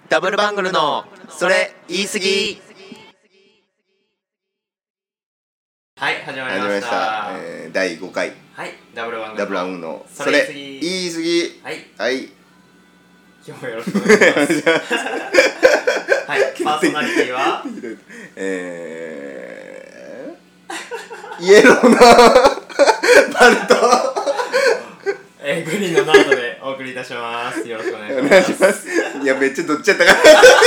ダブルバングルのそれ言い過ぎ。 はい、始まりました。 第5回はいダブルバングルのそれ言い過ぎ。 はい、 はい、 今日もよろしくお願いしますはい、パーソナリティはイエローなバルトグリーンのナートでお送りいたします。よろしくお願いします。 いや、めっちゃどっちやったかな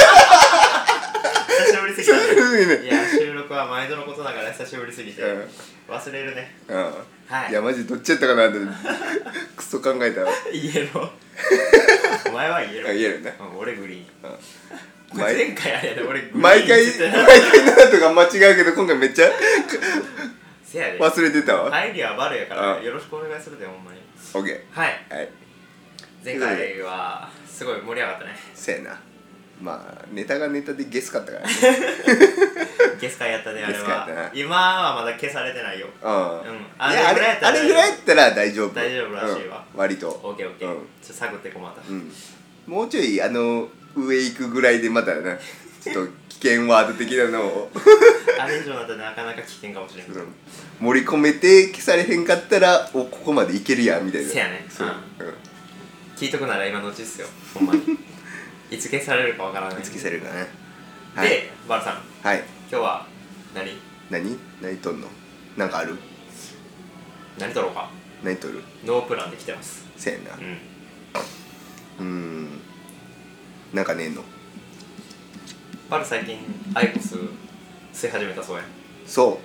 久しぶりすぎたね。いや、収録は毎度のことながら久しぶりすぎて、忘れるね。 はい。いや、マジどっちやったかなってクソ考えたらイエローお前はイエロー。 イエローね。 俺グリーン。前回あれやで、俺グリーン毎回ナートが間違うけど、今回めっちゃせやで忘れてたわ。 入りはバルやからよろしくお願いするで、ほんまに。 オッケー。 はい。前回はすごい盛り上がったね。 せやな。まあネタがネタでゲスかったからねゲス会やったね、あれは。今はまだ消されてないよ。 あれぐらいやったら大丈夫らしいわ。 割とオッケーオッケー。ちょっと探ってこまた。 もうちょい上行くぐらいでまたなちょっと危険ワード的なのをあれ以上だとなかなか危険かもしれん。 盛り込めて消されへんかったらここまでいけるやんみたいな。 せやね。聞いとくなら今のうちっすよ、ほんまに。いつ消されるかわからない。 いつ消されるかね。 で、バルさん、 はい、 今日は何撮んの？なんかある？ 何撮ろうか。 何撮る？ ノープランで来てます。 せやな。なんかねえの？ バル最近アイコス吸い始めたそうや。 そう。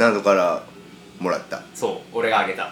何度からもらった？そう、 俺があげた。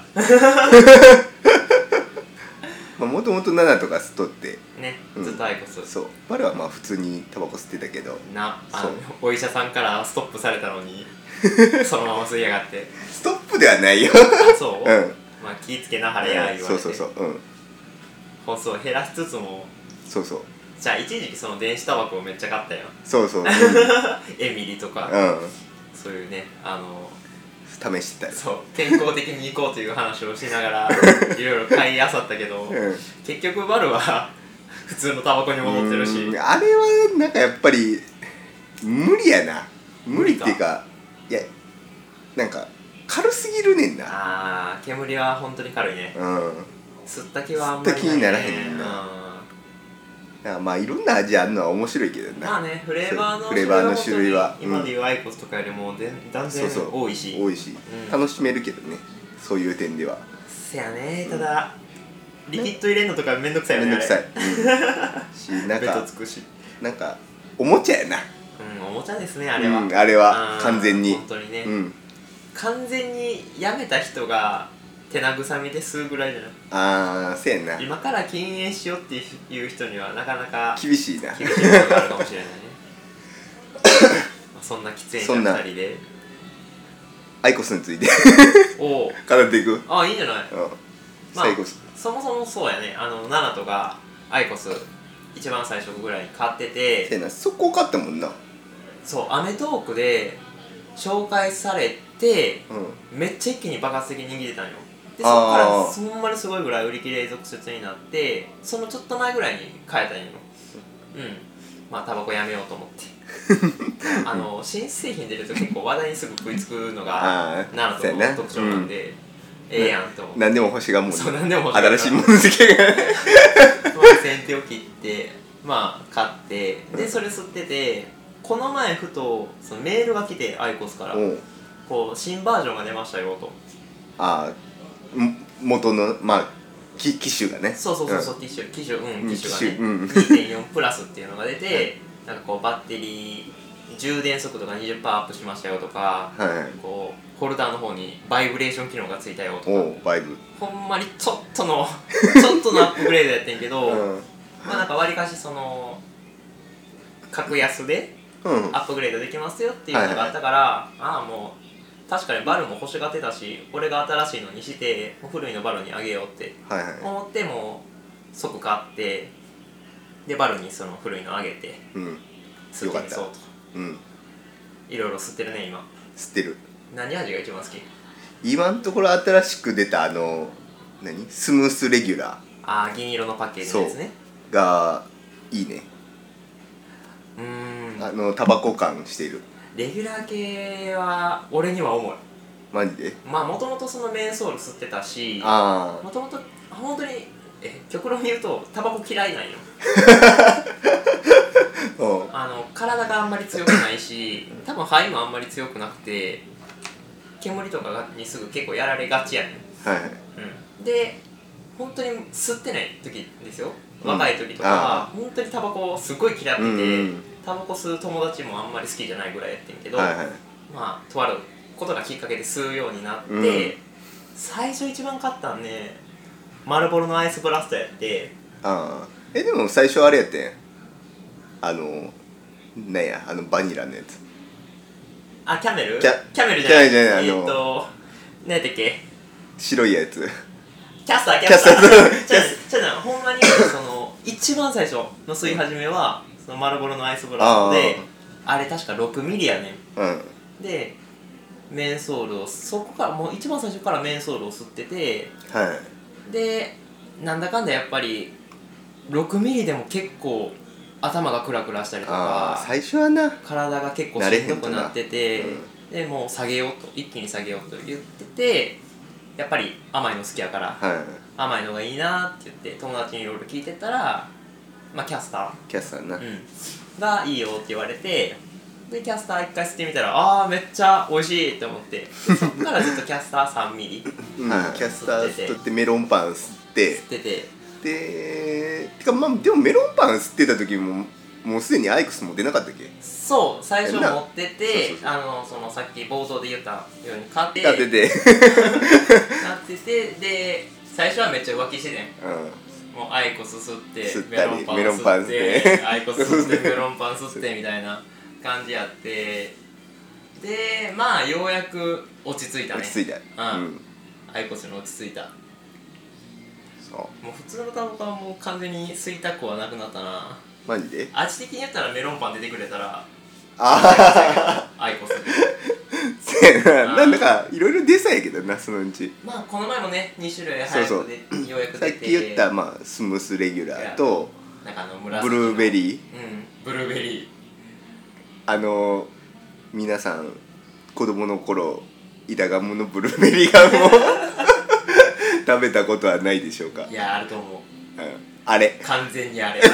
もともと7とか吸っとってね、ずっとアイコス。 そう、バルはまあ普通にタバコ吸ってたけどお医者さんからストップされたのにそのまま吸いやがって。 ストップではないよ。 そう、まあ気ぃつけなはれや言われて、本数を減らしつつも、じゃあ一時期その電子タバコをめっちゃ買ったよ。エミリとかそういうね、 試してたよ。 そう、健康的に行こうという話をしながらいろいろ買いあさったけど、結局バルは普通のタバコに戻ってるし、 あれはなんかやっぱり無理やな。無理っていうか、いやなんか軽すぎるねんな。 煙は本当に軽いね。吸った気はあんまりないね。吸った気にならへんねんな。 まあいろんな味あるのは面白いけどな。 まあね、フレーバーの種類は今でいうアイコスとかよりも断然多いし楽しめるけどね、そういう点では。 せやね。ただリキッド入れるのとかめんどくさいよね。 めんどくさいし、なんかつくし、 なんかおもちゃやな。 おもちゃですね、あれは。 あれは完全に本当にね。完全にやめた人が手慰みで吸うぐらいじゃない。 せやな。 今から禁煙しようっていう人にはなかなか厳しいな。 厳しいものがあるかもしれないね。そんな喫煙者2人でアイコスについて語っていく。 いいんじゃない。そもそもそうやね。ナナトがアイコス一番最初ぐらいに買ってて、 せやな、そこ買ったもんな。 そう、アメトーークで紹介されて、めっちゃ一気に爆発的に人気出たんよ。でそこからほんまにすごいぐらい売り切れ続出になって、そのちょっと前ぐらいに変えたんよ。まあタバコやめようと思って新製品出ると結構話題にすぐ食いつくのがナナトの特徴なんで、ええやんと思って。 何でも欲しがもんね。 そう、何でも欲しが新しいもの好きが先手を切って買って、でそれ吸ってて、この前ふとそのメールが来て、アイコスからこう新バージョンが出ましたよと。 元の機種がね。 機種がね、2.4 プラスっていうのが出て、なんかこうバッテリー充電速度が 20% アップしましたよとか、こうホルダーの方にバイブレーション機能がついたよとか、ほんまにちょっとのアップグレードやってんけど、なんかわりかしその格安でアップグレードできますよっていうのがあったから、もう確かにバルも欲しがってたし、俺が新しいのにして古いのバルにあげようって思って、もう即買って、でバルにその古いのあげて吸ってみそうと。いろいろ吸ってるね今。 吸ってる。 何味が一番好き？ 今のところ新しく出たスムースレギュラー、銀色のパッケージのやつね。 がいいね。 タバコ感している。 レギュラー系は俺には重い。 マジで？ まあもともとそのメンソール吸ってたし、もともと本当に極論言うとタバコ嫌いなんよ。体があんまり強くないし、多分肺もあんまり強くなくて、煙とかにすぐ結構やられがちやねん。 はい、 うん、で本当に吸ってない時ですよ、若い時とかは本当にタバコすごい嫌ってて、タバコ吸う友達もあんまり好きじゃないぐらいやってんけど、まあとあることがきっかけで吸うようになって、最初一番買ったんねマルボロのアイスブラストやって。 でも最初あれやってん、なんやバニラのやつ。 キャメル？ キャメルじゃない何やったっけ、 白いやつ。 キャスターほんまにその一番最初の吸い始めはそのマルボロのアイスブラストで、あれ確か6ミリやねん。でメンソールをそこからもう一番最初からメンソールを吸ってて、でなんだかんだやっぱり6ミリでも結構頭がクラクラしたりとか、 最初はな体が結構しんどくなってて、でもう一気に下げようと言ってて、やっぱり甘いの好きやから、甘いのがいいなって言って友達にいろいろ聞いてたら、キャスターな、 がいいよって言われて、でキャスター一回吸ってみたらめっちゃ美味しいって思って、そっからずっとキャスター3ミリキャスター吸ってメロンパン吸ってでてかでもメロンパン吸ってた時もうすでにアイクスも出なかったっけ？ そう、最初持ってて、そのさっき冒頭で言ったように買っててで最初はめっちゃ浮気しててん。もうアイコス吸ってメロンパン吸ってアイコス吸ってメロンパン吸ってみたいな感じやって、でようやく落ち着いたね。アイコスに落ち着いた。もう普通のタバコはもう完全に吸いたくはなくなったな。 マジで？ 味的に言ったらメロンパン出てくれたらアイコスなんだかいろいろ出そうやけどな、そのうち。 この前もね2種類早くでようやく出て、 さっき言ったスムースレギュラーとブルーベリー。 ブルーベリー皆さん子供の頃板ガムのブルーベリーガムを食べたことはないでしょうか？ いや、あると思う。 あれ完全にあれ完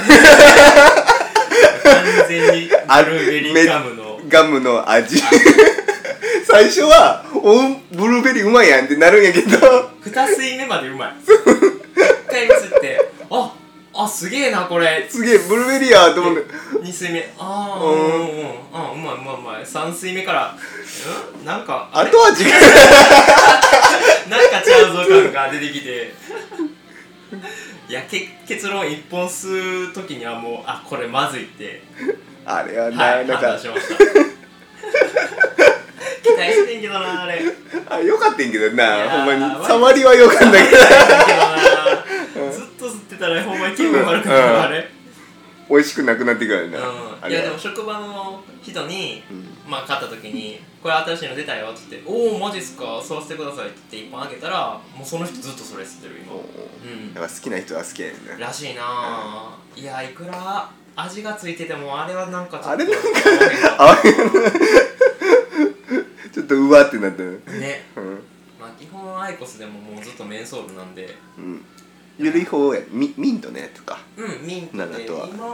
全にブルーベリーガムの味最初はブルーベリーうまいやんってなるんやけど2吸い目までうまい。1回目吸ってすげえなこれ、 すげえブルーベリーやと思って、 2吸い目うまい3吸い目からなんか後味がなんかちゃうぞ感が出てきていや結論1本吸う時にはもうこれまずいってあれは判断しました期待してんけどな、あれよかったんけどな、ほんまに触りはよかったけどずっと吸ってたらほんまに気分悪くなる。あれ美味しくなくなってくるな。 いやでも職場の人に買った時にこれ新しいの出たよって言って、おおマジっすか、吸わせてくださいって言って1本あげたら、もうその人ずっとそれ吸ってる今。 やっぱ好きな人は好きやねんならしいな。いや、いくら味がついててもあれはなんかちょっとあれなんかちょっとうわってなったね。基本アイコスでももうずっとメンソールなんで、 ゆるい方やミントのやつか。 ミントで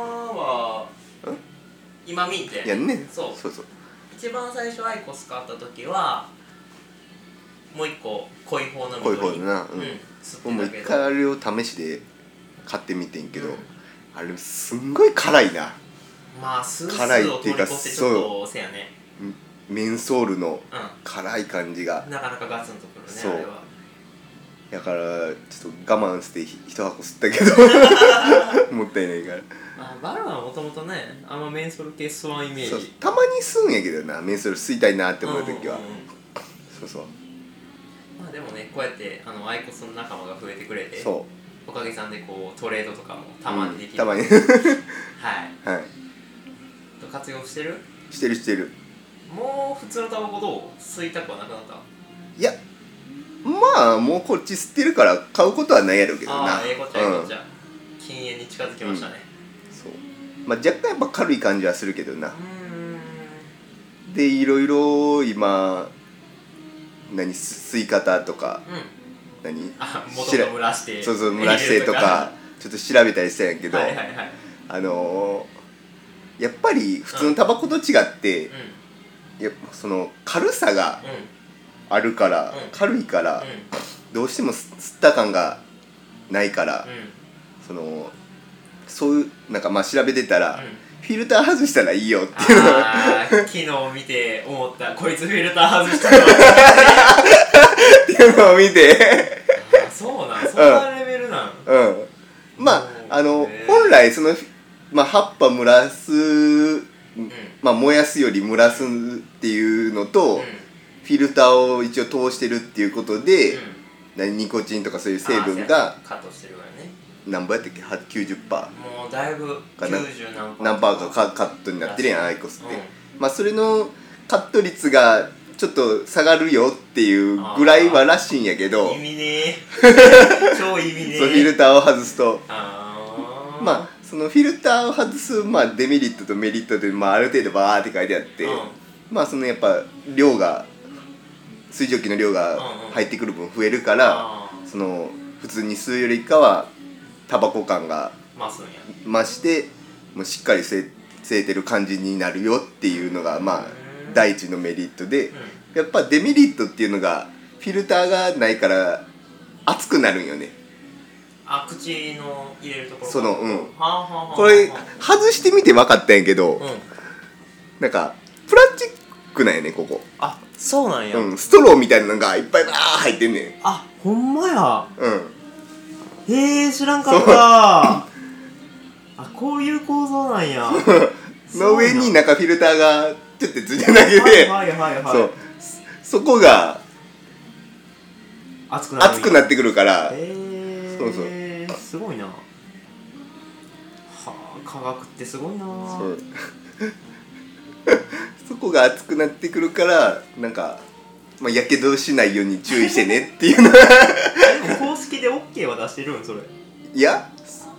今ミントやね。 やんね。 そう一番最初アイコス買った時はもう一個濃い方の緑。 濃い方な。もう一回あれを試しで買ってみてんけど、あれすんごい辛いな。 スースーを通り越してちょっとせやね。 メンソールの辛い感じがなかなかガツンとくるね、あれは。 だからちょっと我慢して一箱吸ったけどもったいないから。 バルはもともとね、あんまメンソール系吸わんイメージ。 たまに吸うんやけどな、メンソール吸いたいなって思う時は。 でもね、こうやってアイコスの仲間が増えてくれて、おかげさんでこうトレードとかもたまにできる。 たまに活用してる？ してる。 もう普通のタバコどう？吸いたくはなくなった？ いや、もうこっち吸ってるから買うことはないやろうけどな。 こっちゃ禁煙に近づきましたね。 そう。若干やっぱ軽い感じはするけどな。 でいろいろ今吸い方とか、 元々蒸らしてそう蒸らしてとかちょっと調べたりしたんやけど、やっぱり普通のタバコと違って、やっぱその軽さがあるから、軽いから、どうしても吸った感がないから、そういうなんか調べてたら、フィルター外したらいいよっていうのを昨日見て思った。こいつフィルター外したのっていうのを見てそうなん、そんなレベルなん。 本来その葉っぱ蒸らす、燃やすより蒸らすっていうのと、フィルターを一応通してるっていうことで、ニコチンとかそういう成分がカットしてるからね。 何パーやったっけ 90%？ もうだいぶ90 何パーかカットになってるやん、アイコスって。それのカット率がちょっと下がるよっていうぐらいはらしいんやけど、 意味ね超意味ねそう、フィルターを外すとそのフィルターを外すデメリットとメリットである程度バーって書いてあって、そのやっぱ量が水蒸気の量が入ってくる分増えるから、その普通に吸うよりかはタバコ感が増してもうしっかり吸えてる感じになるよっていうのが第一のメリットで、やっぱデメリットっていうのがフィルターがないから熱くなるんよね。 口の入れるところこれ外してみて分かったんやけど、なんかプラスチックなんやね、ここ。 そうなんや。 ストローみたいなのがいっぱい入ってんねん。 ほんまや。へえ、知らんかったこういう構造なんやの上にフィルターがちょっとついてるだけで、そこが熱くなってくるから。 すごいな。科学ってすごいな。 そこが熱くなってくるからやけどしないように注意してねっていうのはでも公式で OK は出してるんそれ。 いや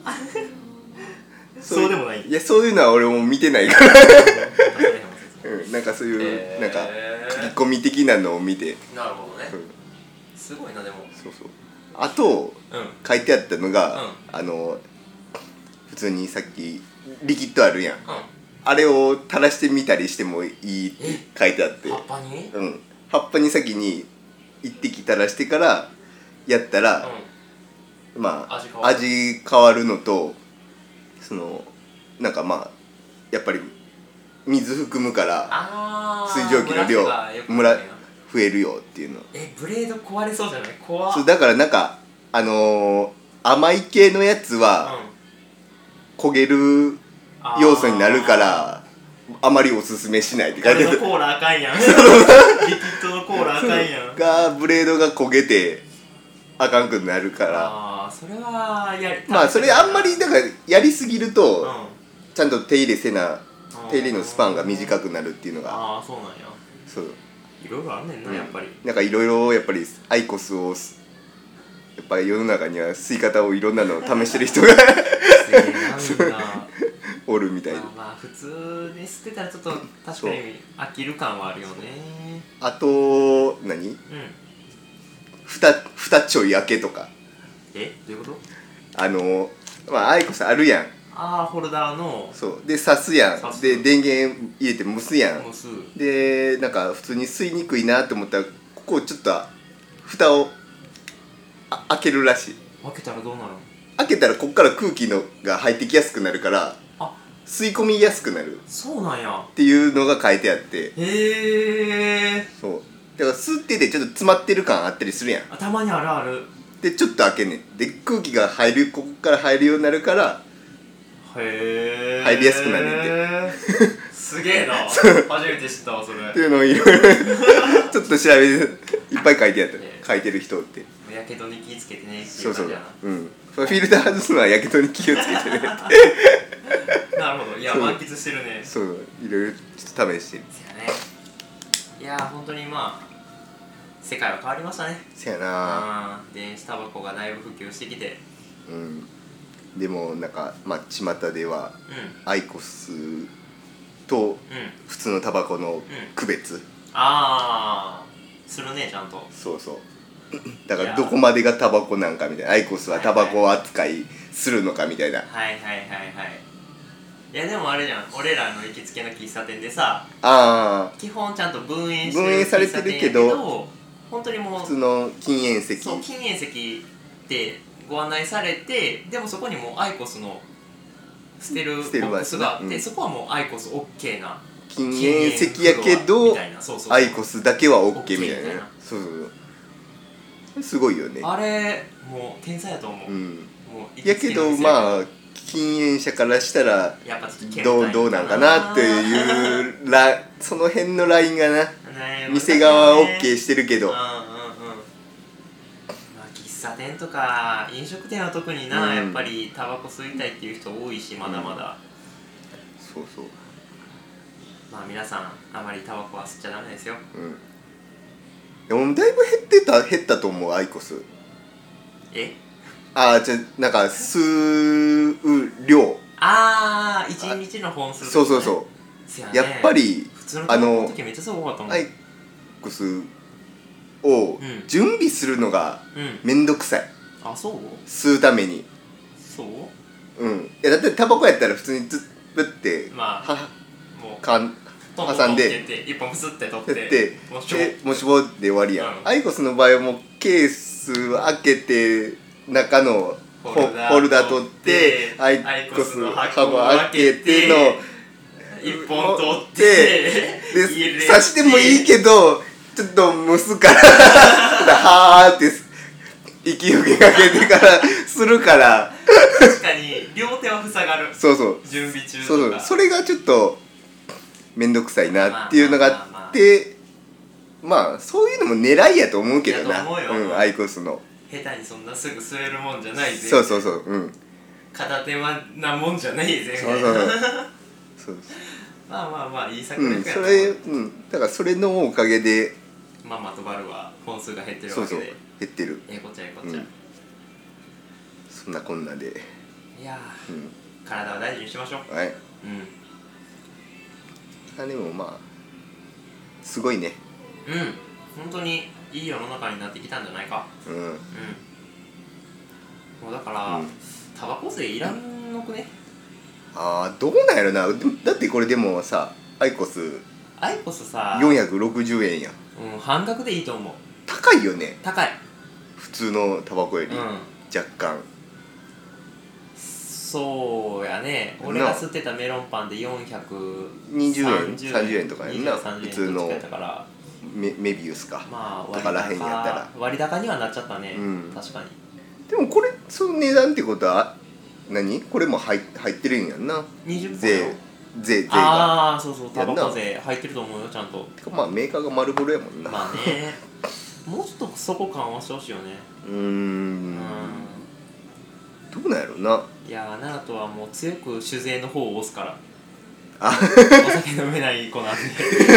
そうでもない。 いや、そういうのは俺も見てないからそういう書き込み的なのを見て。 なるほどね。すごいな。でもあと書いてあったのが、普通にさっきリキッドあるやん、あれを垂らしてみたりしてもいいって書いてあって、 葉っぱに？ 葉っぱに先に一滴垂らしてからやったら、味変わるのと、やっぱり水含むから水蒸気の量増えるよっていうの。 ブレード壊れそうじゃない？怖っ。 そうだから甘い系のやつは焦げる要素になるからあまりおすすめしないって書いてある。 コーラあかんやんリキッドのコーラあかんやんがブレードが焦げてあかんくなるから。 それはそれあんまりやりすぎると、ちゃんと手入れのスパンが短くなるっていうのが。 そうなんや。 そう、 いろいろあんねんな、やっぱり。 いろいろやっぱりアイコスをやっぱり世の中には吸い方をいろんなのを試してる人がおるみたいで。 普通に吸ってたらちょっと確かに飽きる感はあるよね。 あと蓋ちょい開けとか。 どういうこと？ アイコスあるやん。 ホルダーの。 そうで刺すやん。で電源入れて蒸すやん。で普通に吸いにくいなと思ったら、ここをちょっと蓋を開けるらしい。 開けたらどうなるの？ 開けたらこっから空気が入ってきやすくなるから、吸い込みやすくなる。 そうなんやっていうのが書いてあって。そうだから吸っててちょっと詰まってる感あったりするやん。 たまにあるある。でちょっと開けんねん。で空気がここから入るようになるから入りやすくなるんですげえな初めて知ったわそれ。 っていうのをいろいろちょっと調べていっぱい書いてあった。書いてる人ってやけどに気ぃつけてねっていう感じやな。フィルター外すのはやけどに気をつけてねってなるほど。いや満喫してるね。 そういろいろちょっと試してる。 いや本当に世界は変わりましたね。 せやな。 電子タバコがだいぶ普及してきて。 でも巷ではアイコスと普通のタバコの区別、 ああするねちゃんと。 そうそうだからどこまでがタバコなんかみたいな、アイコスはタバコ扱いするのかみたいな。 はいはいはいはい。いやでもあれじゃん、俺らの行きつけの喫茶店でさ、基本ちゃんと分煙されてるけど、 本当にもう普通の禁煙席、 そう禁煙席でご案内されて、でもそこにもうアイコスの捨てるボックスがあって、そこはもうアイコス OK な禁煙席やけどアイコスだけは OK みたいな。そうそうすごいよねあれ。もう天才やと思う、もうやけどまあ禁煙者からしたらどうなんかなっていうその辺のラインがな、店側は OK してるけど、 喫茶店とか飲食店は特にな、やっぱりタバコ吸いたいっていう人多いし、まだまだ、 そうそう。 まあ皆さんあまりタバコは吸っちゃダメですよ。 でもだいぶ減ったと思うアイコス。なんか吸う量、 一日の本数、ね、 そうやっぱり普通のタバコの時めっちゃすごかったもん。 アイコスを準備するのがめんどくさい、 そう吸うために。 そう、 いやだってタバコやったら普通にずっとってもう挟んで一本プスって取ってもしぼで終わりやん、アイコスの場合はもうケース開けて中のホルダー取ってアイコスの箱開けての一本取ってで刺してもいいけどちょっと蒸すからはーって息吹きかけてからするから確かに両手は塞がる。 そう準備中とかそれがちょっとめんどくさいなっていうのがあって、まあそういうのも狙いやと思うけどな、アイコスの。 下手にそんなすぐ吸えるもんじゃないぜ。 そう片手間なもんじゃないぜ。 そうまあいい策略やと思う。だからそれのおかげでママとバルは本数が減ってるわけで。 減ってる。 こっちゃ。 そんなこんなで。 いや体は大事にしましょう。 はい。でもまあすごいね。 本当にいい世の中になってきたんじゃないか。もうだから、タバコ税いらんのくね。 どうなんやろな。だってこれでもさ、アイコスさ 460円やん。 半額でいいと思う。 高いよね。 高い。 普通のタバコより若干。 そうやね。俺が吸ってたメロンパンで420 円30円とかやんな。普通のメビウスかとからへんやったら割高にはなっちゃったね。確かに。 でもこれその値段ってことはこれも入ってるんやんな。 20% 税が。 そうタバコ税入ってると思うよちゃんと。 てかまあメーカーが丸ボロやもんな。 まあねもうちょっとそこ緩和してほしいよね。 どうなんやろうな。 いや奈良とはもう強く酒税の方を押すから。 お酒飲めない子なんで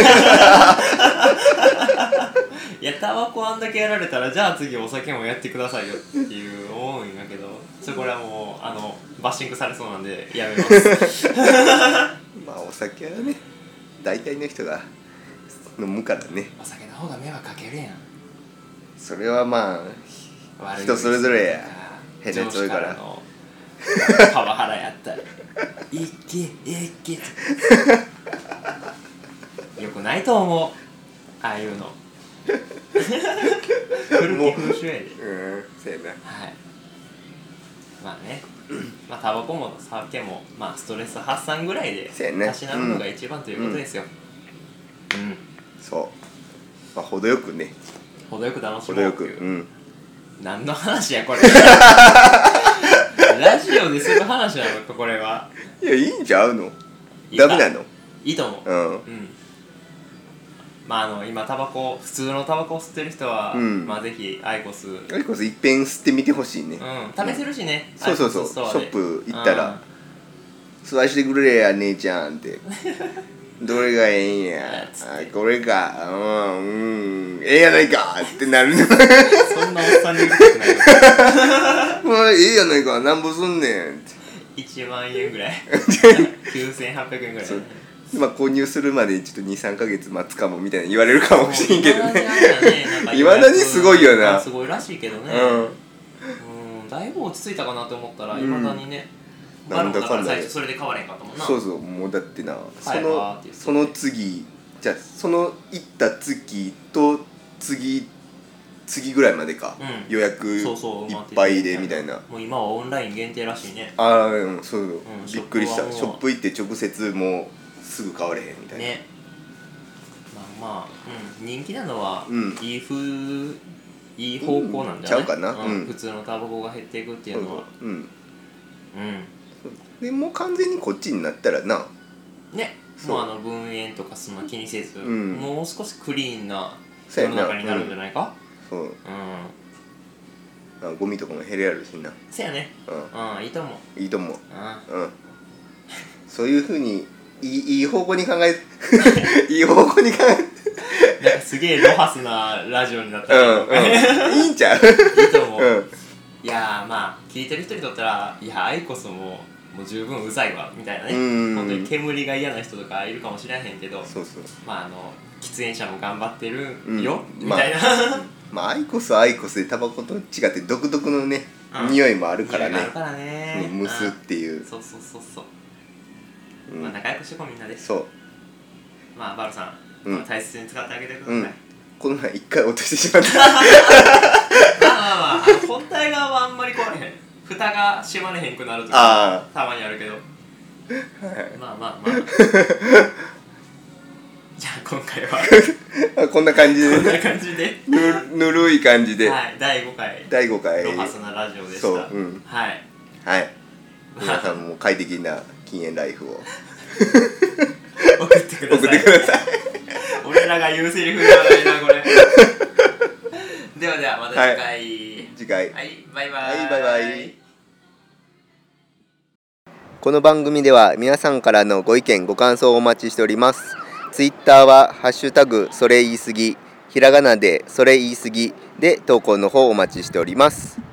いやタバコあんだけやられたらじゃあ次お酒もやってくださいよっていう思うんやけど、これはもうバッシングされそうなんでやめますまあお酒はね大体の人が飲むからね。 お酒の方が迷惑かけるやん。 それはまあ人それぞれや。変なやつ多いからパワハラやったらいけよくないと思うああいうの古き風習やで。 そうやな。 まあねまあタバコも酒もまあストレス発散ぐらいでたしなむのが一番ということですよ。 そうまあ程よくね。 程よく楽しもうっていう。何の話やこれラジオでする話なのかこれは。 いやいいんちゃうの。ダメなの。 いいと思う。まあ今普通のタバコを吸ってる人はまあぜひアイコス一遍吸ってみてほしいね。 試せるしね。 そうショップ行ったら吸わしてくれや姉ちゃんってどれがええんやこれかええやないかってなる。 そんなおっさんに言いたくないもうええやないかなんぼすんねんって 1万円ぐらい9800円ぐらい。 まあ購入するまでちょっと 2,3 ヶ月待つかもみたいな言われるかもしれんけどね。いまだにすごいよな。 すごいらしいけどね。だいぶ落ち着いたかなと思ったらいまだにね。なんだかんだ最初それで買われんかったもんな。 そうそう、もうだってな、その次じゃあその行った月と次ぐらいまでか、予約いっぱいでみたいな。 もう今はオンライン限定らしいね。 ああ、そう、びっくりした。ショップ行って直接もうすぐ買われへんみたいなね。 まあ人気なのは、いい方向なんじゃない？ ちゃうかな。 普通のタバコが減っていくっていうのは。 でもう完全にこっちになったらなね、もう分煙とかそんな気にせず、もう少しクリーンな世の中になるんじゃないか。そう、 ゴミとかも減れるしな。 せやね。いいと思う。 いいと思う。そういう風にいい方向に考えいい方向に考えなんかすげえロハスなラジオになったいいんちゃう。 いいと思う。いやまあ聞いてる人にとったら、いやアイコスもう十分うざいわみたいなね、本当に煙が嫌な人とかいるかもしれへんけど、まあ喫煙者も頑張ってるよ、みたいな。 まあアイコスはアイコスでタバコと違って独特のね、匂いもあるからね。ムスっていう。 そう、まあ仲良くしてこみんなで。 そう。 まあバルさん、大切に使ってあげてください。 この前一回落としてしまった。 まあ本体側はあんまり壊れへん。蓋が閉まれへんくなるときたまにあるけど。まあじゃあ今回はこんな感じで、 こんな感じでぬるい感じで、 第5回ロハスなラジオでした。はい皆さんも快適な禁煙ライフを送ってください。俺らが言うセリフではないなこれ。ではまた次回。バイバイ。 この番組では皆さんからのご意見ご感想をお待ちしております。ツイッターはハッシュタグそれ言い過ぎ、ひらがなでそれ言い過ぎで投稿の方お待ちしております。